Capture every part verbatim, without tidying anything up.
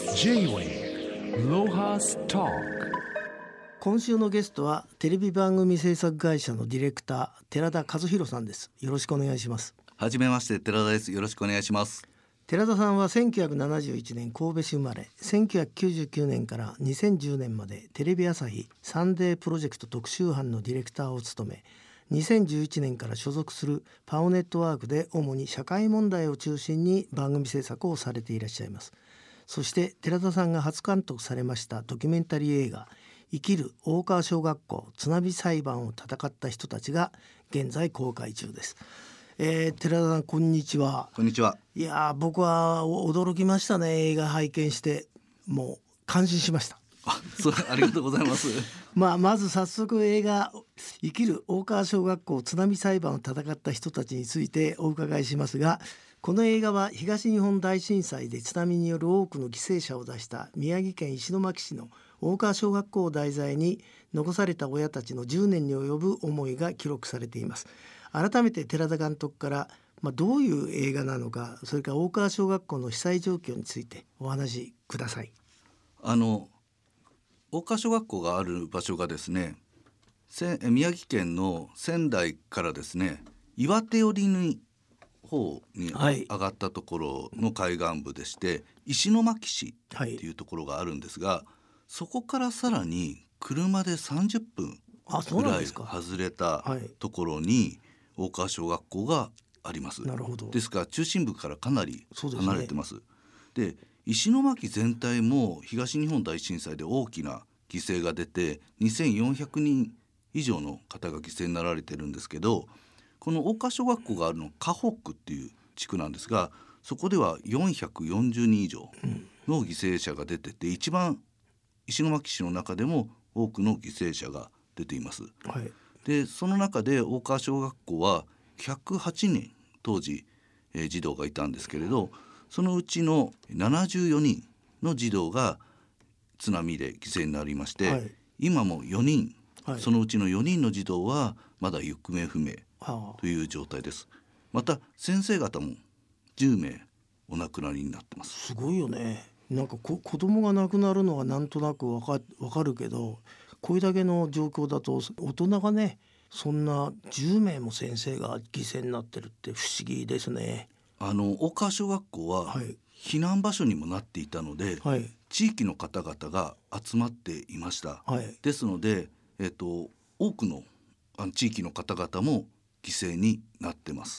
J-Way ロハストーク。 今週のゲストはテレビ番組制作会社のディレクター寺田和弘さんです。よろしくお願いします。 はじめまして、寺田です。よろしくお願いします。 寺田さんはせんきゅうひゃくななじゅういちねん神戸市生まれ、せんきゅうひゃくきゅうじゅうきゅうねんからにせんじゅうねんまでテレビ朝日サンデープロジェクト特集班のディレクターを務め、にせんじゅういちねんから所属するパオネットワークで主に社会問題を中心に番組制作をされていらっしゃいます。そして寺田さんが初監督されましたドキュメンタリー映画生きる大川小学校津波裁判を戦った人たちが現在公開中です。えー、寺田さん、こんにちは。 こんにちは。 いや僕は驚きましたね。映画拝見してもう感心しました。 あ、それありがとうございますまあ、まず早速映画生きる大川小学校津波裁判を戦った人たちについてお伺いしますが、この映画は東日本大震災で津波による多くの犠牲者を出した宮城県石巻市の大川小学校を題材に残された親たちのじゅうねんに及ぶ思いが記録されています。改めて寺田監督から、まあ、どういう映画なのか、それから大川小学校の被災状況についてお話しください。 あの大川小学校がある場所がですね、宮城県の仙台からですね、岩手寄りに方に上がったところの海岸部でして、はい、石巻市っていうところがあるんですが、はい、そこからさらに車でさんじゅっぷんぐらい外れたところに大川小学校があります。 なるほど。 ですから中心部からかなり離れてます。で、石巻全体も東日本大震災で大きな犠牲が出てにせんよんひゃくにん以上の方が犠牲になられてるんですけど、この大川小学校があるのは河北区っていう地区なんですが、そこではよんひゃくよんじゅうにん以上の犠牲者が出てて、一番石巻市の中でも多くの犠牲者が出ています。はい、でその中で大川小学校はひゃくはちにん当時、えー、児童がいたんですけれど、そのうちのななじゅうよにんの児童が津波で犠牲になりまして、はい、今もよにん、はい、そのうちのよにんの児童はまだ行方不明という状態です。また先生方もじゅうめいお亡くなりになってます。 すごいよね。なんかこ子供が亡くなるのはなんとなくわか、わかるけど、これだけの状況だと大人がね、そんなじゅうめいも先生が犠牲になってるって不思議ですね。 あの大川小学校は避難場所にもなっていたので、はい、地域の方々が集まっていました。はい、ですので、えっと、多くのあの地域の方々も犠牲になってます。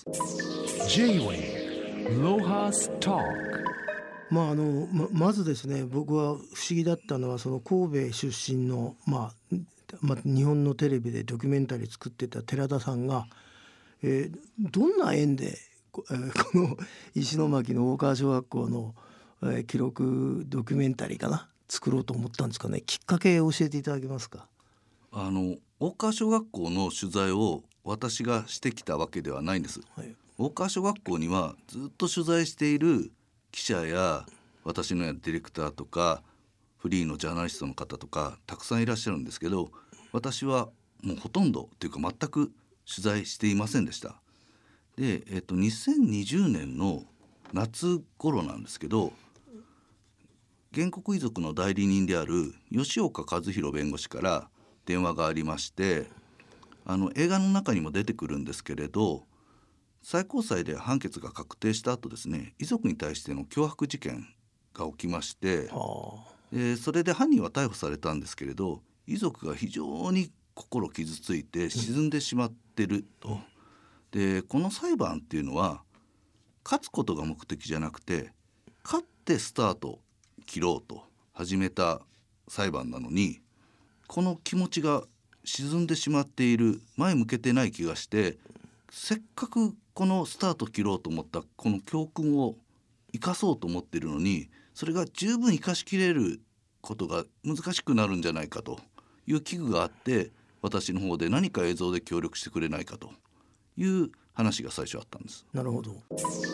J-Way ロハストーク。 まああの ま, まずですね、僕は不思議だったのは、その神戸出身の、まあまあ、日本のテレビでドキュメンタリー作ってた寺田さんが、えー、どんな縁でこ, えー、この石巻の大川小学校の、えー、記録ドキュメンタリーかな作ろうと思ったんですかね。きっかけを教えていただけますか。 あの大川小学校の取材を私がしてきたわけではないんです。はい、大川小学校にはずっと取材している記者や私のようなディレクターとかフリーのジャーナリストの方とかたくさんいらっしゃるんですけど、私はもうほとんどというか全く取材していませんでした。で、えっと、にせんにじゅうねんの夏頃なんですけど、原告遺族の代理人である吉岡和弘弁護士から電話がありまして、あの映画の中にも出てくるんですけれど、最高裁で判決が確定した後ですね、遺族に対しての脅迫事件が起きまして、でそれで犯人は逮捕されたんですけれど、遺族が非常に心傷ついて沈んでしまってると、うん、でこの裁判っていうのは勝つことが目的じゃなくて、勝ってスタート切ろうと始めた裁判なのに、この気持ちが沈んでしまっている、前向けてない気がして、せっかくこのスタート切ろうと思ったこの教訓を生かそうと思っているのに、それが十分生かしきれることが難しくなるんじゃないかという危惧があって、私の方で何か映像で協力してくれないかという話が最初あったんです。 なるほど。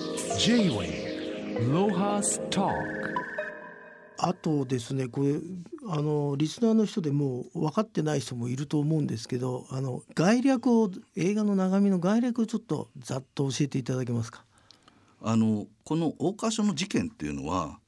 J-Way ロハストーク。 あとですね、これあのリスナーの人でもう分かってない人もいると思うんですけど、あの概略を、映画の中身の概略をちょっとざっと教えていただけますか。 あのこの大川署の事件っていうのは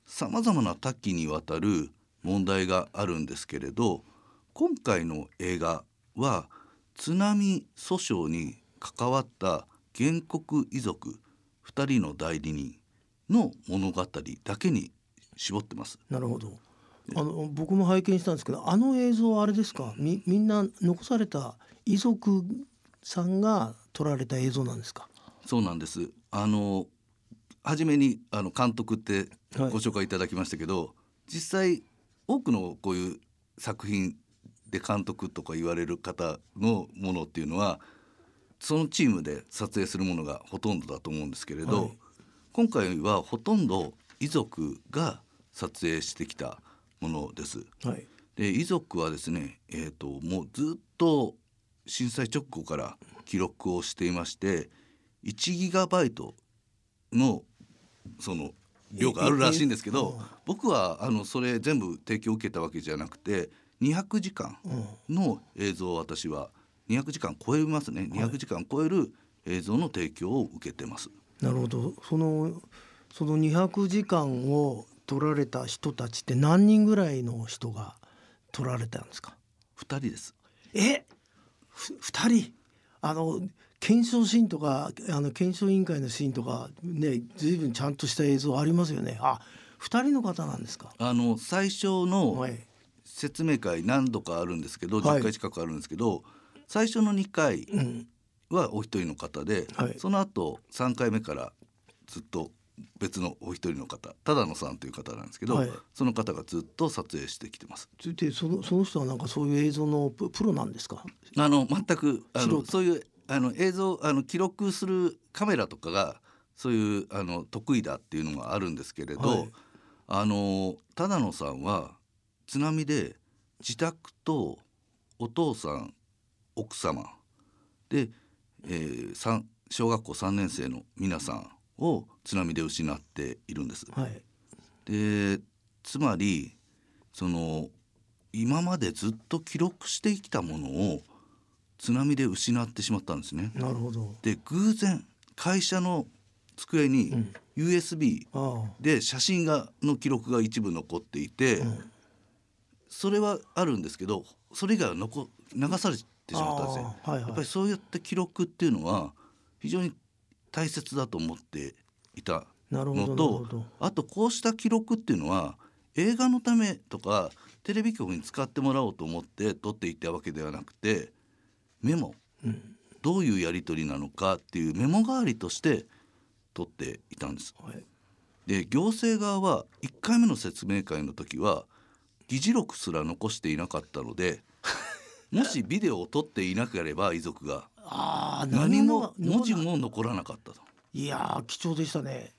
さまざまな多岐にわたる問題があるんですけれど、今回の映画は津波訴訟に関わった原告遺族ふたりの代理人の物語だけに絞ってます。 なるほど。あの僕も拝見したんですけど、あの映像はあれですか、み, みんな残された遺族さんが撮られた映像なんですか？ そうなんです。あの初めにあの監督ってご紹介いただきましたけど、はい、実際多くのこういう作品で監督とか言われる方のものっていうのはそのチームで撮影するものがほとんどだと思うんですけれど、はい、今回はほとんど遺族が撮影してきたものです、はい、で遺族はですね、えーと、もうずっと震災直後から記録をしていまして、いちギガバイトのその量があるらしいんですけど、僕はあのそれ全部提供を受けたわけじゃなくてにひゃくじかんの映像を私はにひゃくじかん超えますね、にひゃくじかん超える映像の提供を受けてます。 なるほど。そのそのにひゃくじかんを撮られた人たちって何人ぐらいの人が撮られたんですか？ ふたりです。 えふたり、あの検証シーンとかあの検証委員会のシーンとかね、随分ちゃんとした映像ありますよね。あ、ふたりの方なんですか？ あの最初の説明会何度かあるんですけど、はい、じゅっかい近くあるんですけど、最初のにかいはお一人の方で、うん、はい、その後さんかいめからずっと別のお一人の方、只野さんという方なんですけど、はい、その方がずっと撮影してきてます。 でその、その人はなんかそういう映像のプロなんですか？ あの全くあのそういうあの映像あの記録するカメラとかがそういうあの得意だっていうのがあるんですけれど、はい、あの只野さんは津波で自宅とお父さん奥様で、えー、小学校さんねん生の皆さんを津波で失っているんです、はい、でつまりその今までずっと記録してきたものを津波で失ってしまったんですね。 なるほど。 で偶然会社の机に ユーエスビー で写真がの記録が一部残っていて、うん、それはあるんですけどそれ以外は残流されてしまったんですね、はいはい、やっぱりそういった記録っていうのは非常に大切だと思っていたのと、あとこうした記録っていうのは映画のためとかテレビ局に使ってもらおうと思って撮っていったわけではなくて、メモ、うん、どういうやり取りなのかっていうメモ代わりとして撮っていたんです、はい、で行政側はいっかいめの説明会の時は議事録すら残していなかったのでもしビデオを撮っていなければ遺族があ何も文字も残らなかったと。 いや貴重でしたね。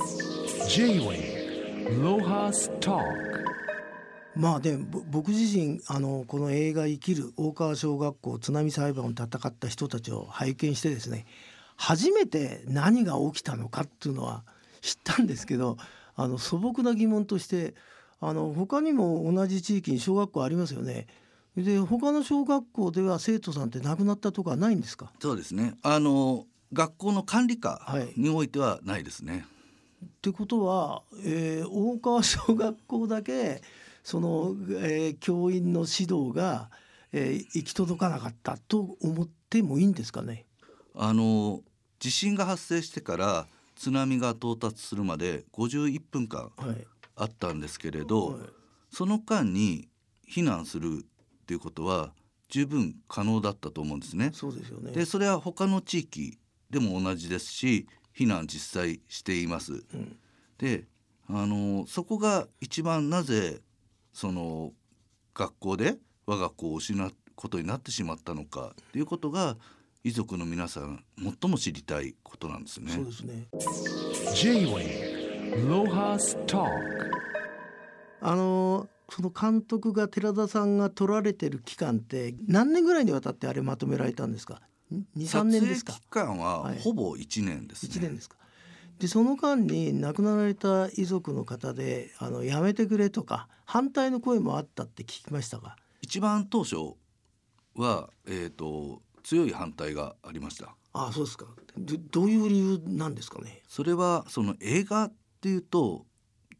J-Way ロハストーク。 まあで僕自身あのこの映画生きる大川小学校津波裁判を戦った人たちを拝見してですね、初めて何が起きたのかっていうのは知ったんですけど、あの素朴な疑問としてあの他にも同じ地域に小学校ありますよね。で他の小学校では生徒さんって亡くなったとかないんですか？ そうですね、あの学校の管理課においてはないですね、はい、 ってことは、えー、大川小学校だけその、えー、教員の指導が、えー、行き届かなかったと思ってもいいんですかね？ あの地震が発生してから津波が到達するまでごじゅういっぷんかんあったんですけれど、はいはい、その間に避難するっていうことは十分可能だったと思うんですね。 そうですよね。 でそれは他の地域でも同じですし避難実際しています、うん、であのそこが一番なぜその学校で我が子を失うことになってしまったのかということが遺族の皆さん最も知りたいことなんですね。 そうですね。 J-Way ロハストーク。 あのその監督が寺田さんが取られてる期間って何年ぐらいにわたってあれまとめられたんですか？ に,さん 年ですか？ 撮影期間はほぼいちねんですね、 はい、いちねんですか。でその間に亡くなられた遺族の方であのやめてくれとか反対の声もあったって聞きましたが。 一番当初は、えーと、強い反対がありました。 ああそうですか。 ど, どういう理由なんですかね？ それはその映画っていうと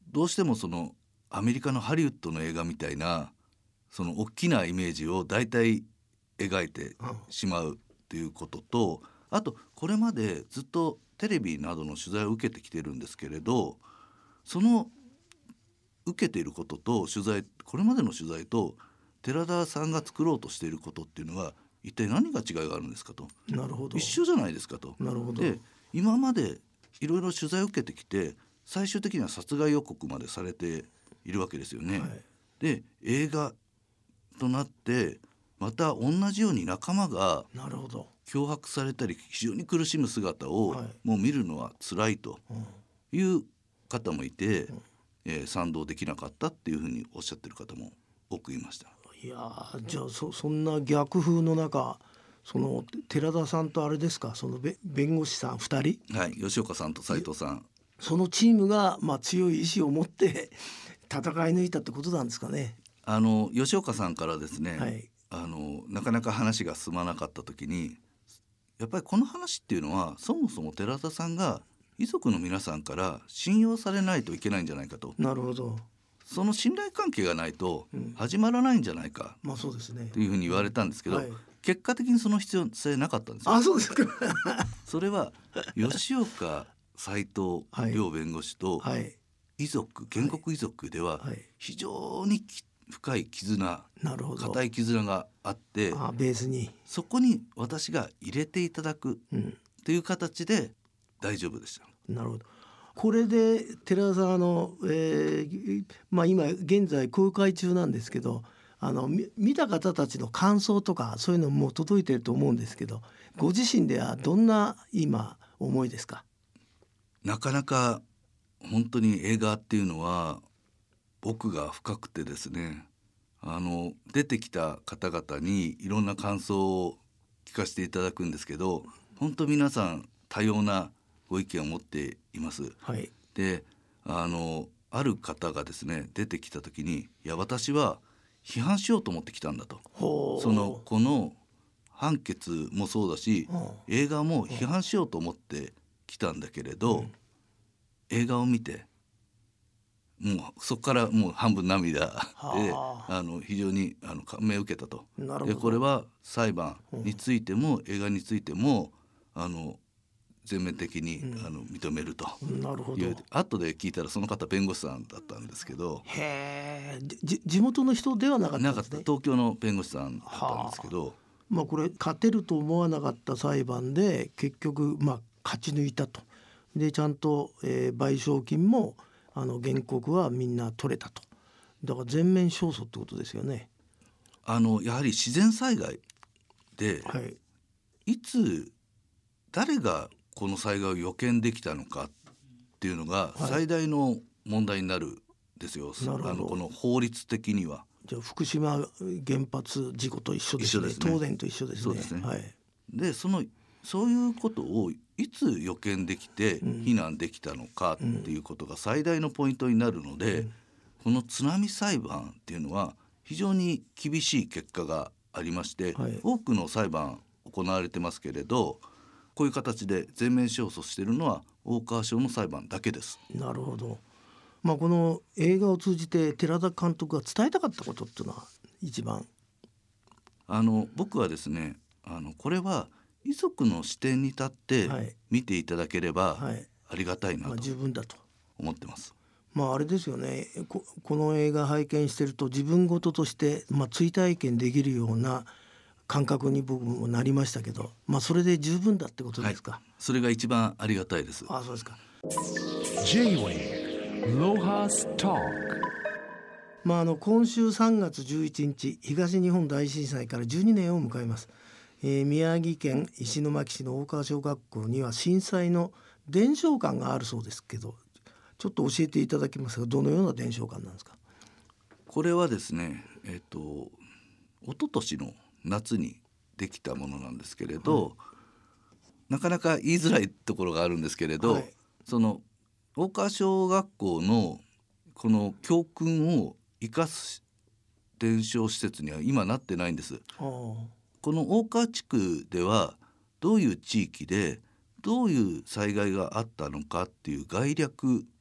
どうしてもそのアメリカのハリウッドの映画みたいなその大きなイメージを大体描いてしまうということと、あとこれまでずっとテレビなどの取材を受けてきてるんですけれど、その受けていることと取材、これまでの取材と寺田さんが作ろうとしていることっていうのは一体何が違いがあるんですかと。 なるほど。 一緒じゃないですかと。 なるほど。 で今までいろいろ取材を受けてきて最終的には殺害予告までされているわけですよね、 はい、 で映画となってまた同じように仲間が脅迫されたり非常に苦しむ姿をもう見るのは辛いという方もいて、うんえー、賛同できなかったっていうふうにおっしゃってる方も多くいました。 いやじゃあ そ, そんな逆風の中、その寺田さんとあれですか、その弁護士さんふたり、 はい、吉岡さんと斉藤さん、 そのチームが、まあ、強い意志を持って戦い抜いたってことなんですかね。 あの吉岡さんからですね、 はい、 あのなかなか話が進まなかった時に、やっぱりこの話っていうのはそもそも寺田さんが遺族の皆さんから信用されないといけないんじゃないかと。 なるほど。 その信頼関係がないと始まらないんじゃないか、 うん、まあそうですね、 というふうに言われたんですけど、 はい、 結果的にその必要性なかったんですよ。 あ、そうですかそれは吉岡斉藤両弁護士と遺族、原告遺族では非常に深い絆、固い絆があって、 あベースにそこに私が入れていただくという形で大丈夫でした。 うん、なるほど。これで寺田さん、あの、えーまあ、今現在公開中なんですけど、あの見た方たちの感想とかそういうのも届いていると思うんですけど、ご自身ではどんな今思いですか？ なかなか本当に映画っていうのは僕が深くてですね、あの出てきた方々にいろんな感想を聞かせていただくんですけど、本当皆さん多様なご意見を持っています、 はい、 であのある方がですね出てきた時に、いや私は批判しようと思ってきたんだと。そのこの判決もそうだし映画も批判しようと思ってきたんだけれど、うん、映画を見てもうそこからもう半分涙であの非常にあの感銘を受けたと。でこれは裁判についても、うん、映画についてもあの全面的に、うん、あの認めるという。後で聞いたらその方弁護士さんだったんですけど、 へー、地元の人ではなかったんですね。 なかった、東京の弁護士さんだったんですけど、 まあ、これ勝てると思わなかった裁判で結局まあ勝ち抜いたと。でちゃんと、えー、賠償金もあの原告はみんな取れたと。だから全面勝訴ってことですよね。 あのやはり自然災害で、はい、いつ誰がこの災害を予見できたのかっていうのが最大の問題になるんですよ、はい、あのこの法律的には。 じゃあ福島原発事故と一緒ですね。一緒ですね。東電と一緒ですね。 そうですね、 はい、 でそのそういうことをいつ予見できて避難できたのかっていうことが最大のポイントになるので、うん、この津波裁判っていうのは非常に厳しい結果がありまして、はい、多くの裁判行われてますけれど、こういう形で全面勝訴しているのは大川省の裁判だけです。 なるほど。まあ、この映画を通じて寺田監督が伝えたかったことっていうのは一番あの僕はですね、あのこれは遺族の視点に立って見ていただければありがたいなと思ってます。 まああれですよね、 こ, この映画拝見してると自分事として、まあ、追体験できるような感覚に僕もなりましたけど、まあ、それで十分だってことですか？ はい、それが一番ありがたいです。 あ、そうですか。 J-Way ロハストーク。 まあ、あの今週さんがつじゅういちにち、東日本大震災からじゅうにねんを迎えます。えー、宮城県石巻市の大川小学校には震災の伝承館があるそうですけど、ちょっと教えていただけますか？どのような伝承館なんですか？ これはですね、えっと一昨年の夏にできたものなんですけれど、はい、なかなか言いづらいところがあるんですけれど、はい、その大川小学校のこの教訓を生かす伝承施設には今なってないんです。この大川地区ではどういう地域でどういう災害があったのかっていう概略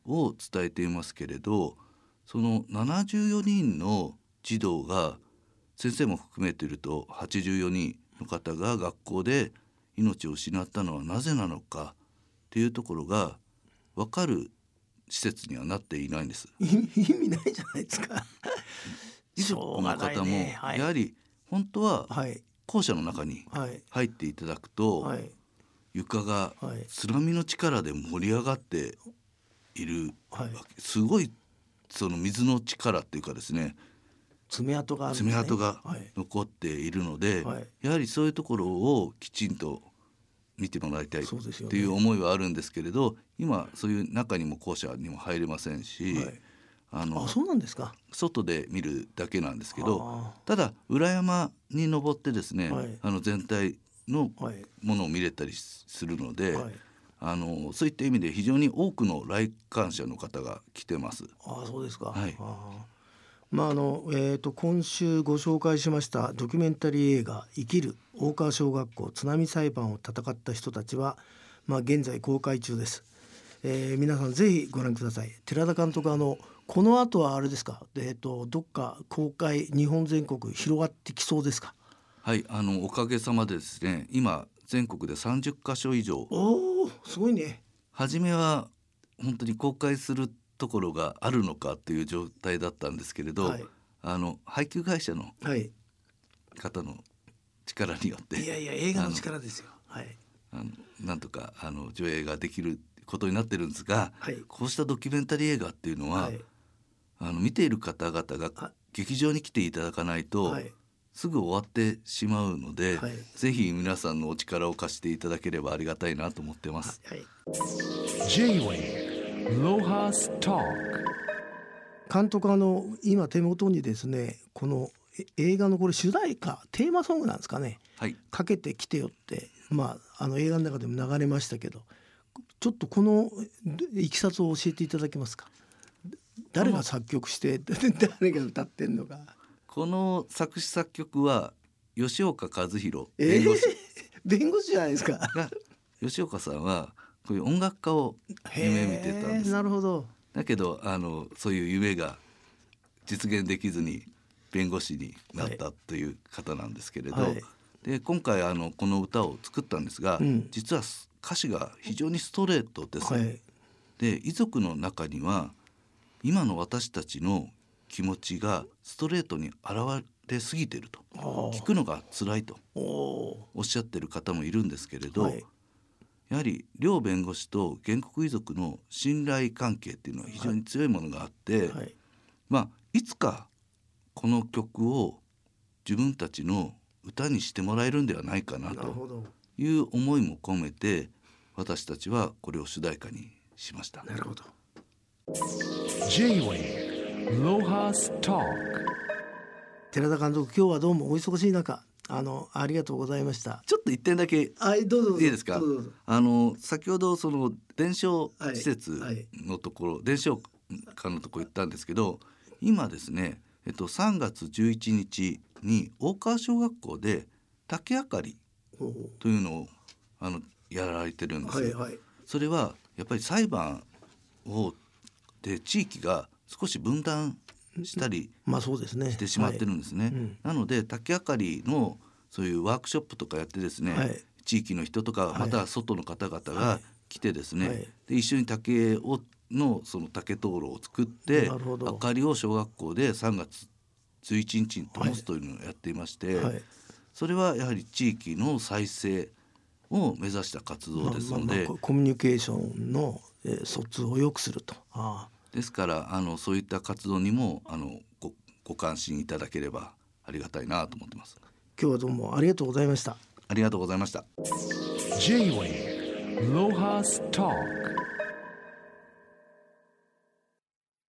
を伝えていますけれど、そのななじゅうよにんの児童が、先生も含めているとはちじゅうよにんの方が学校で命を失ったのはなぜなのかっていうところが分かる施設にはなっていないんです。 意味ないじゃないですか。 遺族の方もやはり本当は校舎の中に入っていただくと、はいはい、床が津波の力で盛り上がっているわけ、はい、すごいその水の力っていうかですね、 爪痕があるんですね、 爪痕が残っているので、はい、やはりそういうところをきちんと見てもらいたいっていう思いはあるんですけれど、今そういう中にも校舎にも入れませんし、はい、あのあ、そうなんですか。 外で見るだけなんですけど、ただ裏山に登ってですね、はい、あの全体のものを見れたりするので、はい、あのそういった意味で非常に多くの来館者の方が来てます。 あ、そうですか。 はい、 あまああのえー、と今週ご紹介しましたドキュメンタリー映画生きる大川小学校津波裁判を戦った人たちは、まあ、現在公開中です。えー、皆さんぜひご覧ください。寺田監督、あのこの後はあれですか、えー、とどっか公開日本全国広がってきそうですか。 はい、あのおかげさまでですね、今全国でさんじゅっかしょ以上。 おー、すごいね。 初めは本当に公開するところがあるのかという状態だったんですけれど、はい、あの配給会社の方の力によって、 はい、いやいや映画の力ですよ。はい、 あのなんとかあの上映ができることになってるんですが、はい、こうしたドキュメンタリー映画っていうのは、はい、あの見ている方々が劇場に来ていただかないと、はい、すぐ終わってしまうので、はい、ぜひ皆さんのお力を貸していただければありがたいなと思ってます。はい、 J-Way ロハストーク。 監督、あの今手元にですね、この映画のこれ主題歌テーマソングなんですかね、 はい、 かけてきてよって、まあ、あの映画の中でも流れましたけど、ちょっとこのいきさつを教えていただけますか。誰が作曲して誰が歌ってんのか。 この作詞作曲は吉岡和弘弁護士、えー、弁護士じゃないですか。 吉岡さんはこういう音楽家を夢見てたんです。 なるほど。 だけどあのそういう夢が実現できずに弁護士になったという方なんですけれど、はい、で今回あのこの歌を作ったんですが、うん、実は歌詞が非常にストレートです。はい、で遺族の中には今の私たちの気持ちがストレートに現れすぎていると、聞くのが辛いとおっしゃってる方もいるんですけれど、はい、やはり両弁護士と原告遺族の信頼関係っていうのは非常に強いものがあって、はい、まあいつかこの曲を自分たちの歌にしてもらえるんではないかなという思いも込めて、私たちはこれを主題歌にしました。 なるほど。 J-Way ロハストーク。 寺田監督、今日はどうもお忙しい中あのありがとうございました。 ちょっと一点だけいいですか。あの先ほどその伝承施設のところ、はいはい、伝承館のところ言ったんですけど、今ですね、えっと、さんがつじゅういちにちに大川小学校で竹あかりというのをあのやられてるんですよ。はいはい、それはやっぱり裁判をで地域が少し分断したりしてしまってるんですね。はい、うん、なので竹あかりのそういうワークショップとかやってですね、はい、地域の人とかまた外の方々が来てですね、はいはい、で一緒に竹をのその竹灯籠を作って明かりを小学校でさんがつじゅういちにちに灯すというのをやっていまして、はいはい、それはやはり地域の再生を目指した活動ですので、まあまあまあ、 コミュニケーションの、えー、疎通を良くすると。ああ、 ですからあのそういった活動にもあの ご, ご関心いただければありがたいなと思ってます。 今日はどうもありがとうございました。 ありがとうございました。 J-Way ロハストーク。